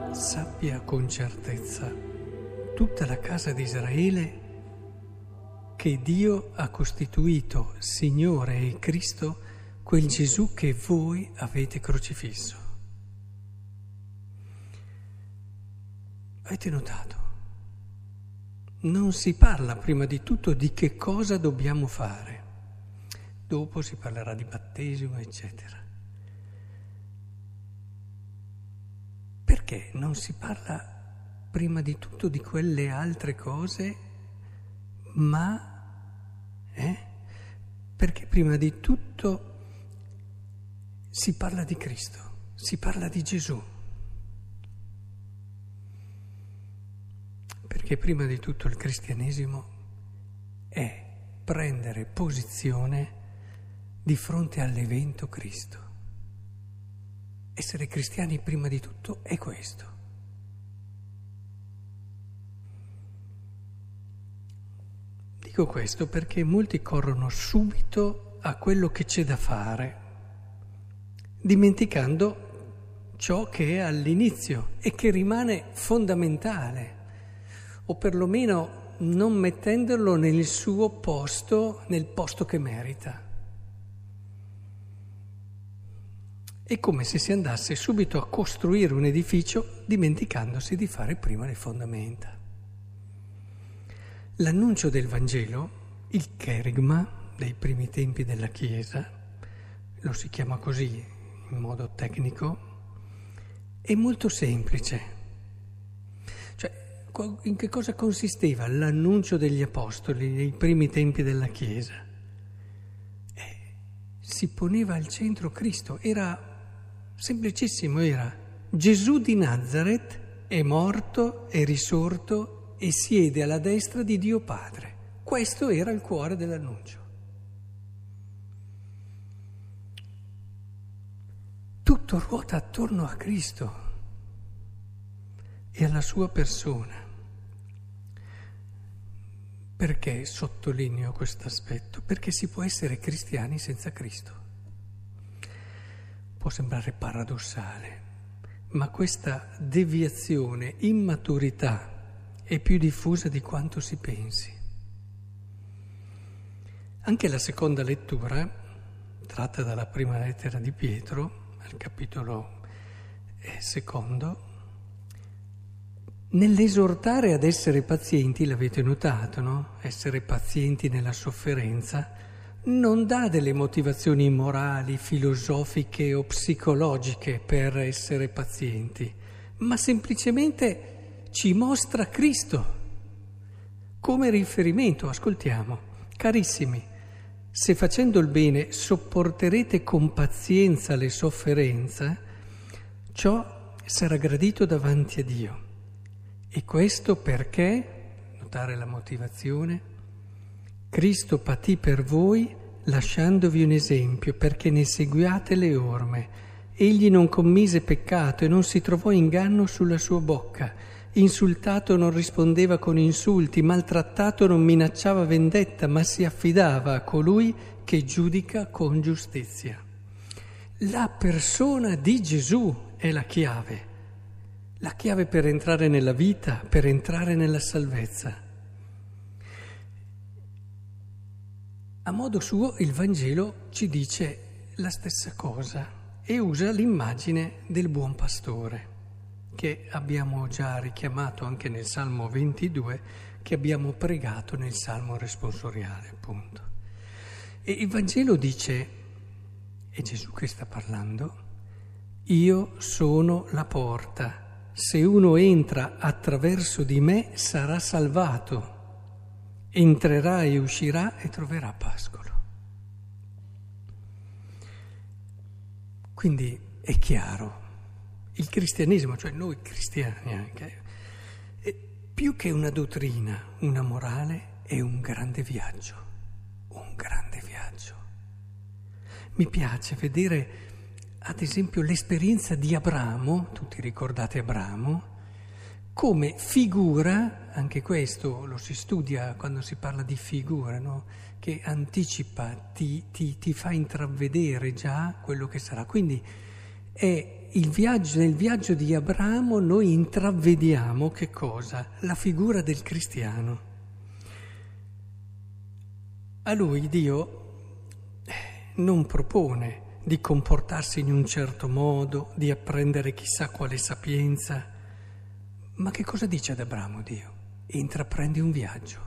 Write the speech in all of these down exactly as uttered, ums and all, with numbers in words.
Sappia con certezza tutta la casa di Israele che Dio ha costituito Signore e Cristo quel Gesù che voi avete crocifisso. Avete notato? Non si parla prima di tutto di che cosa dobbiamo fare, dopo si parlerà di battesimo, eccetera. Perché non si parla prima di tutto di quelle altre cose, ma eh? Perché prima di tutto si parla di Cristo, si parla di Gesù. Perché prima di tutto il cristianesimo è prendere posizione di fronte all'evento Cristo. Essere cristiani prima di tutto è questo. Dico questo perché molti corrono subito a quello che c'è da fare, dimenticando ciò che è all'inizio e che rimane fondamentale, o perlomeno non mettendolo nel suo posto, nel posto che merita. È come se si andasse subito a costruire un edificio dimenticandosi di fare prima le fondamenta. L'annuncio del Vangelo, il cherigma dei primi tempi della Chiesa, lo si chiama così in modo tecnico, è molto semplice. Cioè, in che cosa consisteva l'annuncio degli Apostoli nei primi tempi della Chiesa? Eh, si poneva al centro Cristo, era semplicissimo, era Gesù di Nazaret è morto, è risorto e siede alla destra di Dio Padre. Questo era il cuore dell'annuncio. Tutto ruota attorno a Cristo e alla sua persona. Perché sottolineo questo aspetto? Perché si può essere cristiani senza Cristo. Può sembrare paradossale, ma questa deviazione, immaturità è più diffusa di quanto si pensi. Anche la seconda lettura, tratta dalla prima lettera di Pietro, al capitolo secondo, nell'esortare ad essere pazienti, l'avete notato, no? Essere pazienti nella sofferenza, non dà delle motivazioni morali, filosofiche o psicologiche per essere pazienti, ma semplicemente ci mostra Cristo come riferimento. Ascoltiamo, carissimi, se facendo il bene sopporterete con pazienza le sofferenze, ciò sarà gradito davanti a Dio. E questo perché, notare la motivazione, Cristo patì per voi lasciandovi un esempio perché ne seguiate le orme. Egli non commise peccato e non si trovò inganno sulla sua bocca. Insultato non rispondeva con insulti, maltrattato non minacciava vendetta, ma si affidava a colui che giudica con giustizia. La persona di Gesù è la chiave, la chiave per entrare nella vita, per entrare nella salvezza. A modo suo il Vangelo ci dice la stessa cosa e usa l'immagine del buon pastore, che abbiamo già richiamato anche nel Salmo ventidue, che abbiamo pregato nel Salmo responsoriale, appunto. E il Vangelo dice, è Gesù che sta parlando, io sono la porta, se uno entra attraverso di me sarà salvato. Entrerà e uscirà e troverà pascolo. Quindi è chiaro, il cristianesimo, cioè noi cristiani anche, è più che una dottrina, una morale, è un grande viaggio, un grande viaggio. Mi piace vedere, ad esempio, l'esperienza di Abramo, tutti ricordate Abramo, come figura, anche questo lo si studia quando si parla di figura, no? Che anticipa, ti, ti, ti fa intravedere già quello che sarà. Quindi è il viaggio, nel viaggio di Abramo noi intravediamo che cosa? La figura del cristiano. A lui Dio non propone di comportarsi in un certo modo, di apprendere chissà quale sapienza, ma che cosa dice ad Abramo Dio? Intraprendi un viaggio.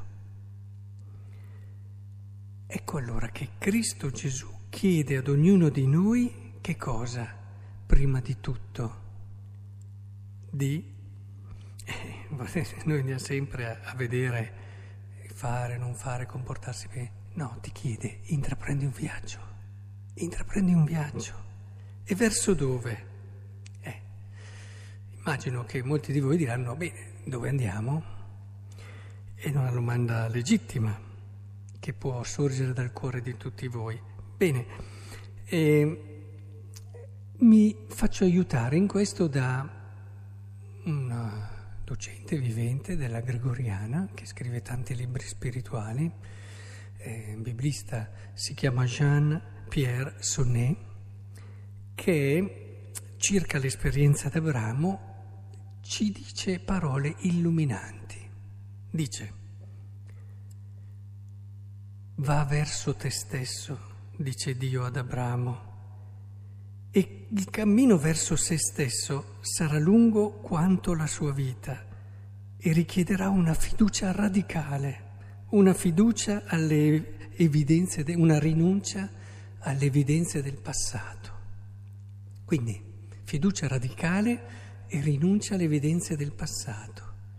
Ecco allora che Cristo Gesù chiede ad ognuno di noi che cosa? Prima di tutto di... Eh, noi andiamo sempre a, a vedere fare, non fare, comportarsi bene. No, ti chiede, intraprendi un viaggio, intraprendi un viaggio. E verso dove? Eh, immagino che molti di voi diranno, bene, dove andiamo? È una domanda legittima che può sorgere dal cuore di tutti voi. Bene, eh, mi faccio aiutare in questo da una docente vivente della Gregoriana che scrive tanti libri spirituali, eh, biblista, si chiama Jean-Pierre Sonnet, che circa l'esperienza di Abramo ci dice parole illuminanti. Dice: va verso te stesso, dice Dio ad Abramo, e il cammino verso se stesso sarà lungo quanto la sua vita e richiederà una fiducia radicale, una fiducia alle evidenze, de, una rinuncia alle evidenze del passato. Quindi fiducia radicale e rinuncia alle evidenze del passato.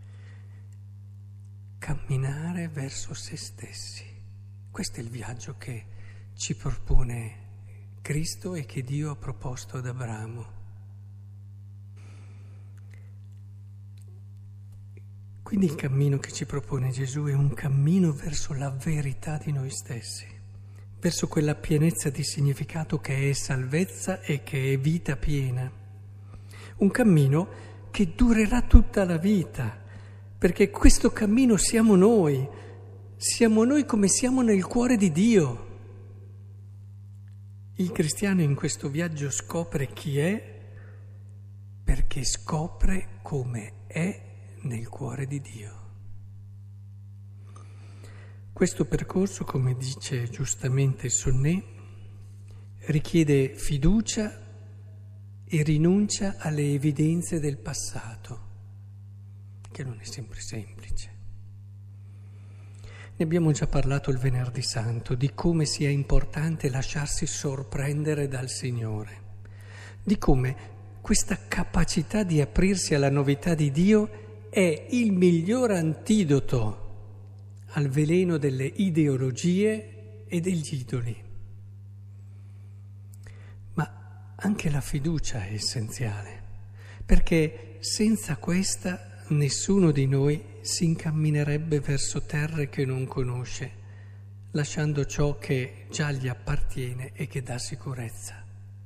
Camminare verso se stessi. Questo è il viaggio che ci propone Cristo e che Dio ha proposto ad Abramo. Quindi il cammino che ci propone Gesù è un cammino verso la verità di noi stessi, verso quella pienezza di significato che è salvezza e che è vita piena. Un cammino che durerà tutta la vita, perché questo cammino siamo noi, siamo noi come siamo nel cuore di Dio. Il cristiano in questo viaggio scopre chi è, perché scopre come è nel cuore di Dio. Questo percorso, come dice giustamente Sonnet, richiede fiducia e rinuncia alle evidenze del passato, che non è sempre semplice. Ne abbiamo già parlato il Venerdì Santo, di come sia importante lasciarsi sorprendere dal Signore, di come questa capacità di aprirsi alla novità di Dio è il miglior antidoto al veleno delle ideologie e degli idoli. Ma anche la fiducia è essenziale, perché senza questa nessuno di noi si incamminerebbe verso terre che non conosce, lasciando ciò che già gli appartiene e che dà sicurezza.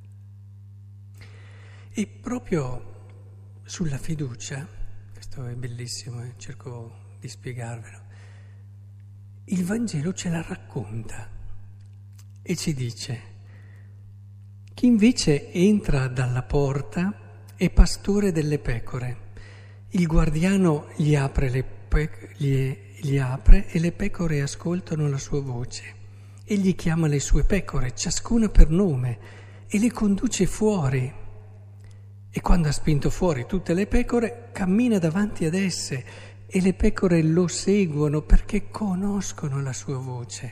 E proprio sulla fiducia, questo è bellissimo, eh? Cerco di spiegarvelo, il Vangelo ce la racconta e ci dice: chi invece entra dalla porta è pastore delle pecore. Il guardiano gli apre, le pe- gli, gli apre e le pecore ascoltano la sua voce. Egli chiama le sue pecore, ciascuna per nome, e le conduce fuori. E quando ha spinto fuori tutte le pecore, cammina davanti ad esse e le pecore lo seguono perché conoscono la sua voce.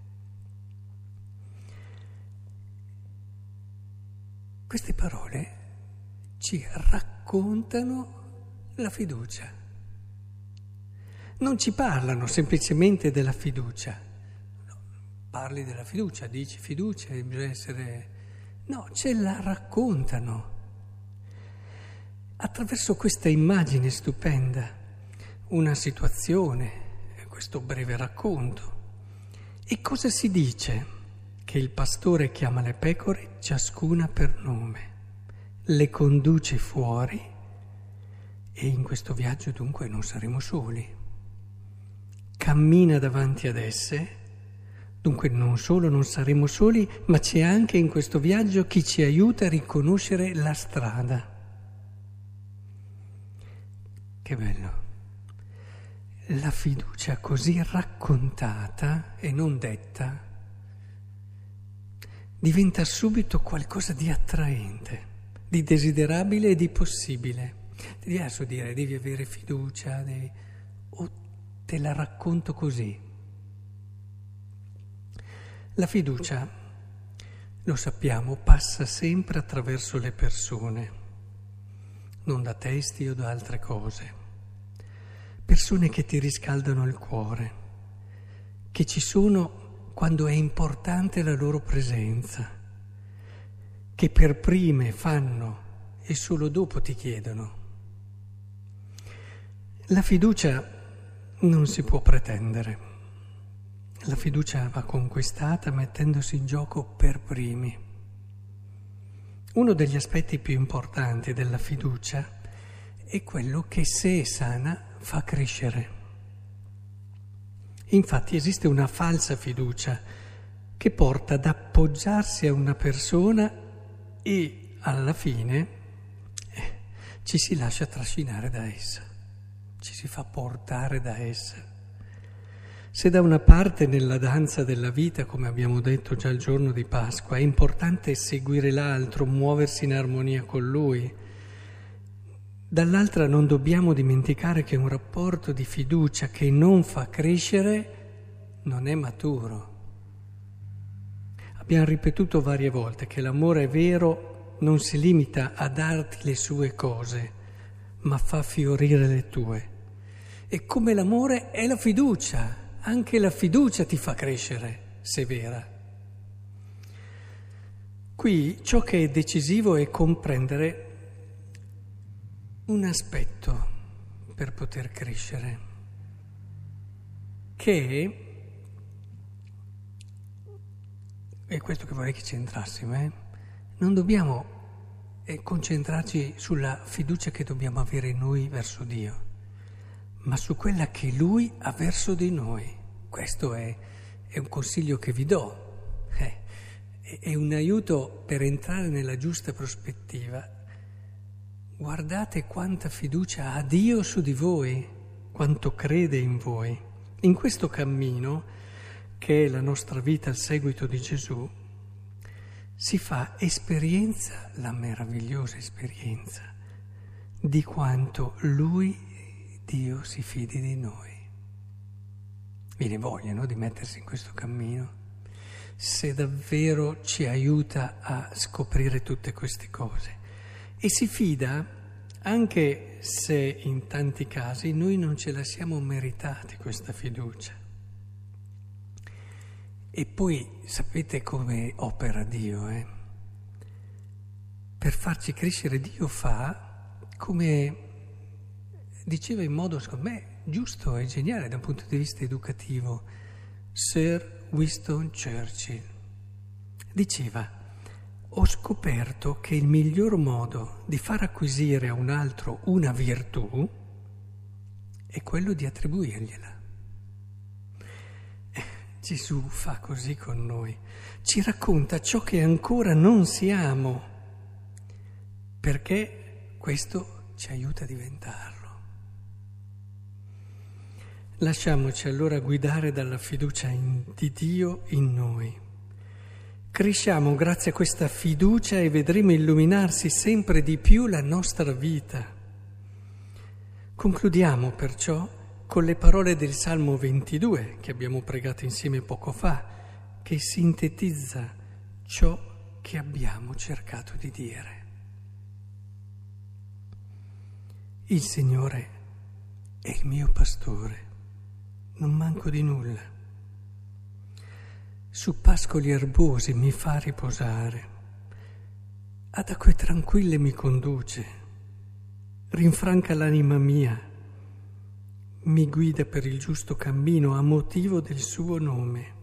Queste parole ci raccontano la fiducia. Non ci parlano semplicemente della fiducia. No, parli della fiducia, dici fiducia, bisogna essere... No, ce la raccontano. Attraverso questa immagine stupenda, una situazione, questo breve racconto. E cosa si dice? Che il pastore chiama le pecore, ciascuna per nome, le conduce fuori e in questo viaggio dunque non saremo soli. Cammina davanti ad esse, Dunque non solo non saremo soli, ma c'è anche in questo viaggio chi ci aiuta a riconoscere la strada. Che bello. La fiducia così raccontata e non detta diventa subito qualcosa di attraente, di desiderabile e di possibile. È diverso dire devi avere fiducia, devi... o te la racconto così. La fiducia, lo sappiamo, passa sempre attraverso le persone, non da testi o da altre cose. Persone che ti riscaldano il cuore, che ci sono quando è importante la loro presenza, che per prime fanno e solo dopo ti chiedono. La fiducia non si può pretendere, la fiducia va conquistata mettendosi in gioco per primi. Uno degli aspetti più importanti della fiducia è quello che, se è sana, fa crescere. Infatti esiste una falsa fiducia che porta ad appoggiarsi a una persona e alla fine eh, ci si lascia trascinare da essa, ci si fa portare da essa. Se da una parte nella danza della vita, come abbiamo detto già il giorno di Pasqua, è importante seguire l'altro, muoversi in armonia con lui, dall'altra non dobbiamo dimenticare che un rapporto di fiducia che non fa crescere non è maturo. Abbiamo ripetuto varie volte che l'amore vero non si limita a darti le sue cose, ma fa fiorire le tue. E come l'amore è la fiducia, anche la fiducia ti fa crescere, se vera. Qui ciò che è decisivo è comprendere un aspetto per poter crescere, che è questo che vorrei che ci entrassimo, eh? Non dobbiamo eh, concentrarci sulla fiducia che dobbiamo avere noi verso Dio, ma su quella che Lui ha verso di noi. Questo è, è un consiglio che vi do, eh, è, è un aiuto per entrare nella giusta prospettiva. Guardate quanta fiducia ha Dio su di voi, quanto crede in voi. In questo cammino, che è la nostra vita al seguito di Gesù, si fa esperienza, la meravigliosa esperienza, di quanto Lui, Dio, si fidi di noi. Viene voglia, no, di mettersi in questo cammino, se davvero ci aiuta a scoprire tutte queste cose. E si fida anche se in tanti casi noi non ce la siamo meritati questa fiducia. E poi sapete come opera Dio, eh? Per farci crescere Dio fa, come diceva in modo, secondo me, giusto e geniale da un punto di vista educativo, Sir Winston Churchill. Diceva: ho scoperto che il miglior modo di far acquisire a un altro una virtù è quello di attribuirgliela. Eh, Gesù fa così con noi, ci racconta ciò che ancora non siamo, perché questo ci aiuta a diventarlo. Lasciamoci allora guidare dalla fiducia in, di Dio in noi. Cresciamo grazie a questa fiducia e vedremo illuminarsi sempre di più la nostra vita. Concludiamo perciò con le parole del Salmo ventidue che abbiamo pregato insieme poco fa, che sintetizza ciò che abbiamo cercato di dire. Il Signore è il mio pastore, non manco di nulla. Su pascoli erbosi mi fa riposare, ad acque tranquille mi conduce, rinfranca l'anima mia, mi guida per il giusto cammino a motivo del suo nome.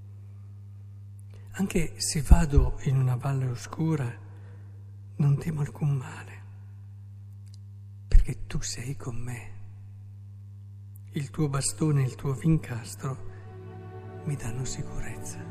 Anche se vado in una valle oscura, non temo alcun male, perché tu sei con me. Il tuo bastone e il tuo vincastro mi danno sicurezza.